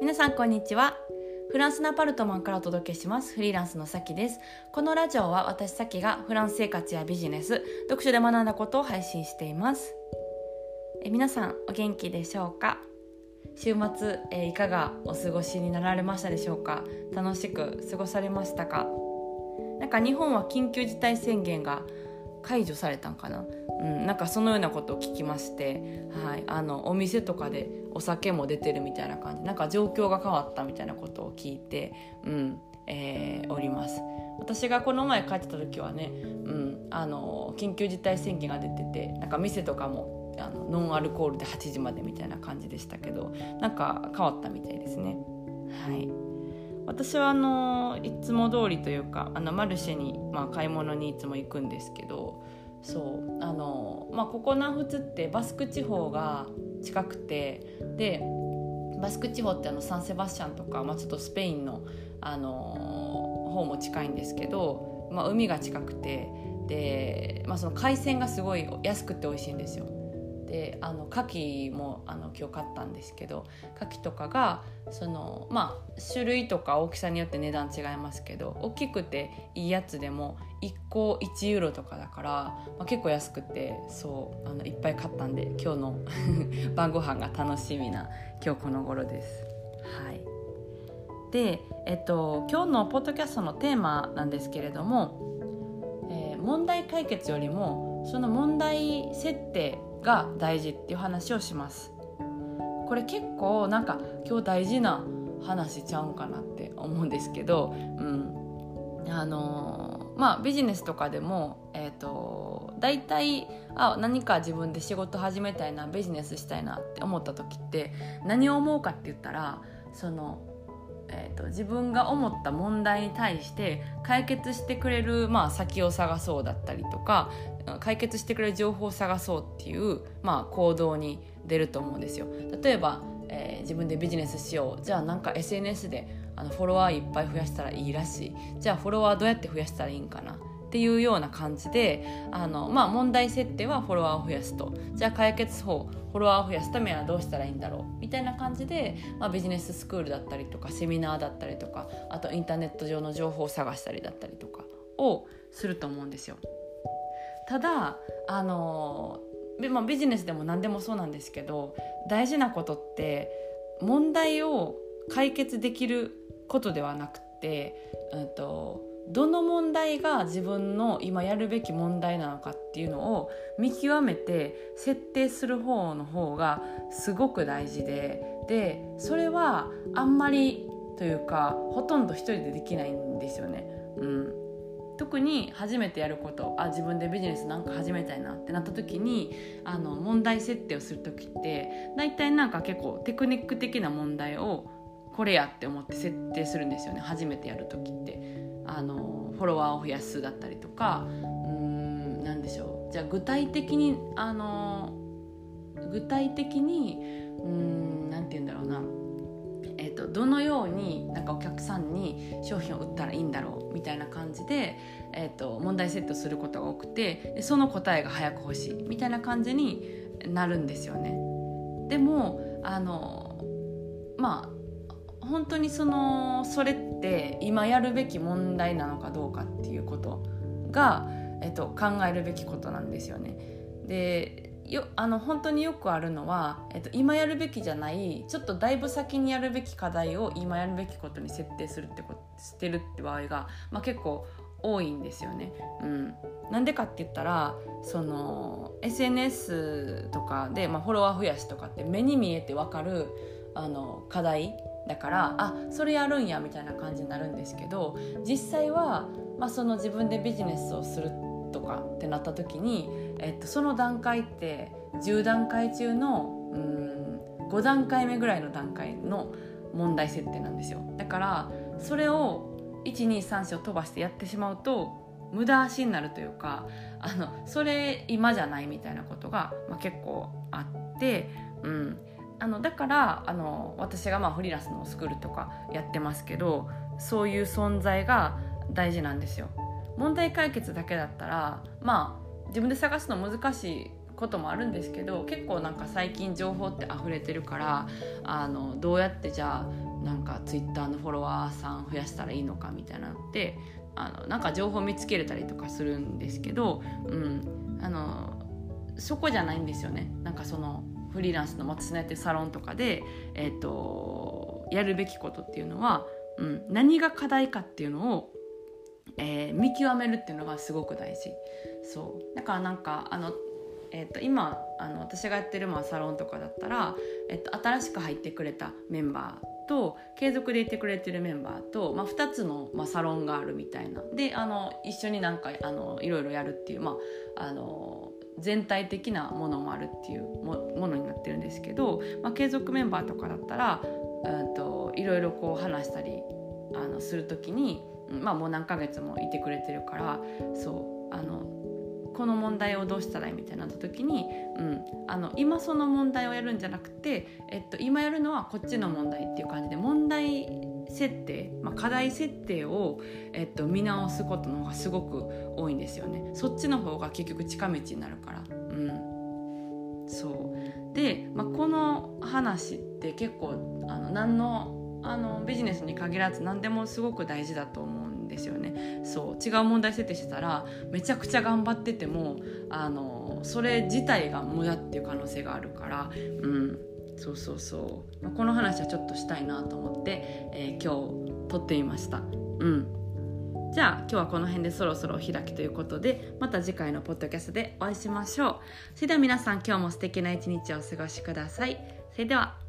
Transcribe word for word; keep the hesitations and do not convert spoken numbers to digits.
皆さんこんにちは。フランスのアパルトマンからお届けしますフリーランスのさきです。このラジオは私さきがフランス生活やビジネス、読書で学んだことを配信しています。え皆さんお元気でしょうか？週末、えいかがお過ごしになられましたでしょうか？楽しく過ごされましたか？なんか日本は緊急事態宣言が解除されたんかな、うん、なんかそのようなことを聞きまして、はい、あのお店とかでお酒も出てるみたいな感じ、なんか状況が変わったみたいなことを聞いて、うんえー、おります。私がこの前帰ってた時はね、うん、あの緊急事態宣言が出てて、なんか店とかもあのノンアルコールではちじまでみたいな感じでしたけど、なんか変わったみたいですね。はい、私はあのいつも通りというか、あのマルシェに、まあ、買い物にいつも行くんですけど、そうあの、まあ、ここ南仏ってバスク地方が近くて、でバスク地方ってあのサンセバスチャンとか、まあ、ちょっとスペインの、あの方も近いんですけど、まあ、海が近くて、で、まあ、その海鮮がすごい安くて美味しいんですよ。であの牡蠣もあの今日買ったんですけど、牡蠣とかがその、まあ、種類とか大きさによって値段違いますけど、大きくていいやつでもいっこいちユーロとかだから、まあ、結構安くて、そうあのいっぱい買ったんで、今日の晩ご飯が楽しみな今日この頃です。はい、で、えっと、今日のポッドキャストのテーマなんですけれども、えー、問題解決よりもその問題設定が大事っていう話をします。これ結構なんか今日大事な話ちゃうんかなって思うんですけど、うん、あのー、まあビジネスとかでも、えーと、大体あ何か自分で仕事始めたいな、ビジネスしたいなって思った時って何を思うかって言ったら、そのえーと、自分が思った問題に対して解決してくれる、まあ、先を探そうだったりとか、解決してくれる情報を探そうっていう、まあ、行動に出ると思うんですよ。例えば、えー、自分でビジネスしよう、じゃあなんか エスエヌエス であのフォロワーいっぱい増やしたらいいらしい、じゃあフォロワーどうやって増やしたらいいんかなっていうような感じで、あの、まあ、問題設定はフォロワーを増やすと、じゃあ解決法、フォロワーを増やすためにはどうしたらいいんだろうみたいな感じで、まあ、ビジネススクールだったりとかセミナーだったりとか、あとインターネット上の情報を探したりだったりとかをすると思うんですよ。ただあの、まあ、ビジネスでも何でもそうなんですけど、大事なことって問題を解決できることではなくて、うんとどの問題が自分の今やるべき問題なのかっていうのを見極めて設定する方の方がすごく大事で、でそれはあんまりというかほとんど一人でできないんですよね。うん、特に初めてやること、あ自分でビジネスなんか始めたいなってなった時に、あの問題設定をする時って大体なんか結構テクニック的な問題をこれやって思って設定するんですよね。初めてやる時ってあのフォロワーを増やすだったりとか、うーんなんでしょう、じゃあ具体的にあの具体的にうーんなんて言うんだろうな、えーと、どのようになんかお客さんに商品を売ったらいいんだろうみたいな感じで、えーと、問題設定をすることが多くて、でその答えが早く欲しいみたいな感じになるんですよね。でもあのまあ本当にそのそれって今やるべき問題なのかどうかっていうことが、えっと、考えるべきことなんですよね。でよあの本当によくあるのは、えっと、今やるべきじゃないちょっとだいぶ先にやるべき課題を今やるべきことに設定するってことしてるって場合が、まあ、結構多いんですよね。うん、なんでかって言ったら、その エスエヌエス とかで、まあ、フォロワー増やしとかって目に見えて分かるあの課題だから、あそれやるんやみたいな感じになるんですけど、実際は、まあ、その自分でビジネスをするとかってなった時に、えっと、その段階ってじゅうだんかい中のうーんごだんかいめぐらいの段階の問題設定なんですよ。だからそれをいちにさんしを飛ばしてやってしまうと無駄足になるというか、あのそれ今じゃないみたいなことが、まあ、結構あって、うんあのだからあの私がまあフリーランスのスクールとかやってますけど、そういう存在が大事なんですよ。問題解決だけだったらまあ自分で探すの難しいこともあるんですけど、結構なんか最近情報って溢れてるから、あのどうやってじゃあなんかツイッターのフォロワーさん増やしたらいいのかみたいなのってあのなんか情報見つけれたりとかするんですけど、うん、あのそこじゃないんですよね。なんかそのフリーランスの私のやってるサロンとかで、えーと、やるべきことっていうのは、うん、何が課題かっていうのを、えー、見極めるっていうのがすごく大事。そうだからなんかあのえー、と今あの私がやってるまあサロンとかだったら、えー、と新しく入ってくれたメンバーと継続でいてくれてるメンバーと、まあ、ふたつの、まあ、サロンがあるみたいなであの一緒になんかあのいろいろやるっていう、まあ、あの全体的なものもあるっていう も, ものになってるんですけど、まあ、継続メンバーとかだったら、うん、といろいろこう話したりあのするときに、まあ、もう何ヶ月もいてくれてるからそうあのこの問題をどうしたらいいみたいになった時に、うん、あの今その問題をやるんじゃなくて、えっと、今やるのはこっちの問題っていう感じで問題設定、まあ、課題設定を、えっと、見直すことの方がすごく多いんですよね。そっちの方が結局近道になるから、うん、そうで、まあ、この話って結構あの何の、あのビジネスに限らず何でもすごく大事だと思うんですよね。そう違う問題設定してたらめちゃくちゃ頑張っててもあのそれ自体が無駄っていう可能性があるから、うん、そうそうそう、まあ、この話はちょっとしたいなと思って、えー、今日撮ってみました。うん、じゃあ今日はこの辺でそろそろお開きということでまた次回のポッドキャストでお会いしましょう。それでは皆さん今日も素敵な一日をお過ごしください。それでは。